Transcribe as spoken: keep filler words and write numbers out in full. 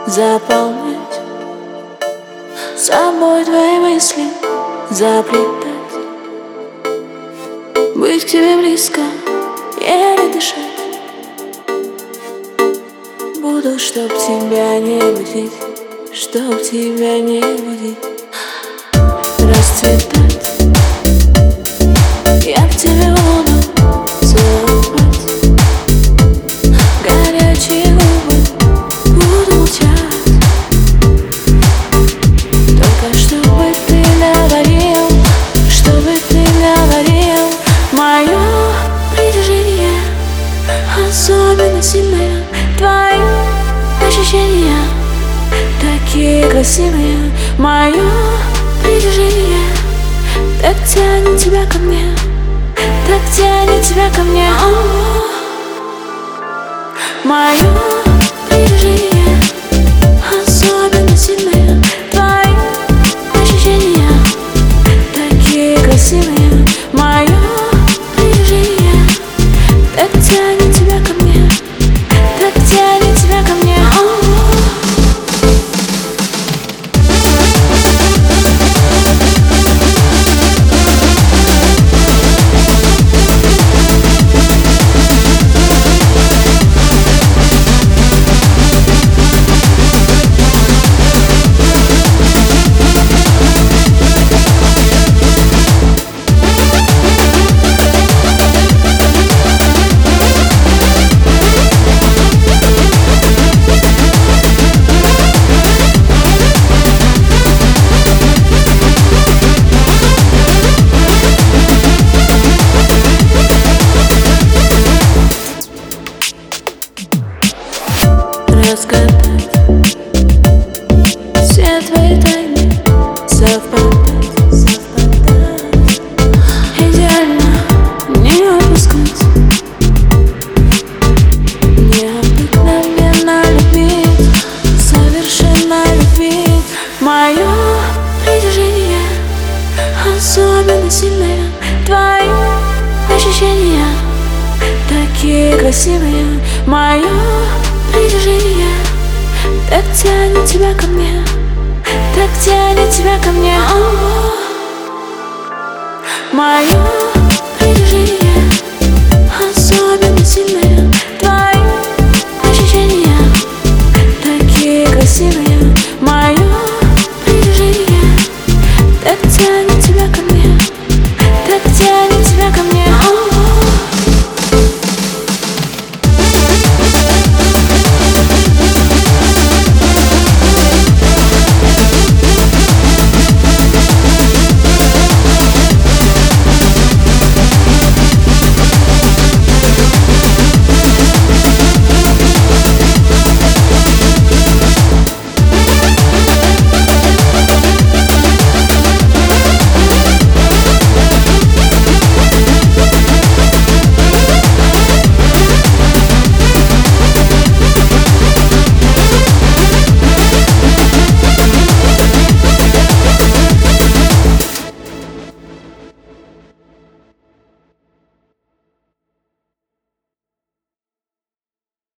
заполнять собой твои мысли, заплетать, быть к тебе близко, еле дышать. Буду, чтоб тебя не будить, чтоб тебя не будить, расцветать. Я в тебе буду целовать, горячие губы буду молчать. Только чтобы ты говорил, чтобы ты говорил. Мое притяжение особенно сильное, твои ощущения такие красивые. Мое притяжение так тянет тебя ко мне, так тянет тебя ко мне. Мое притяжение особенно сильное, твои ощущения такие красивые. Мое притяжение так тянет тебя ко мне, так тянет тебя ко мне. Разгадать все твои тайны, совпадать, совпадать, идеально не упускать, необыкновенно любить, совершенно любить. Мое притяжение особенно сильное, твои ощущения такие красивые. Мое притяжение так тянет тебя ко мне, так тянет тебя ко мне. Мое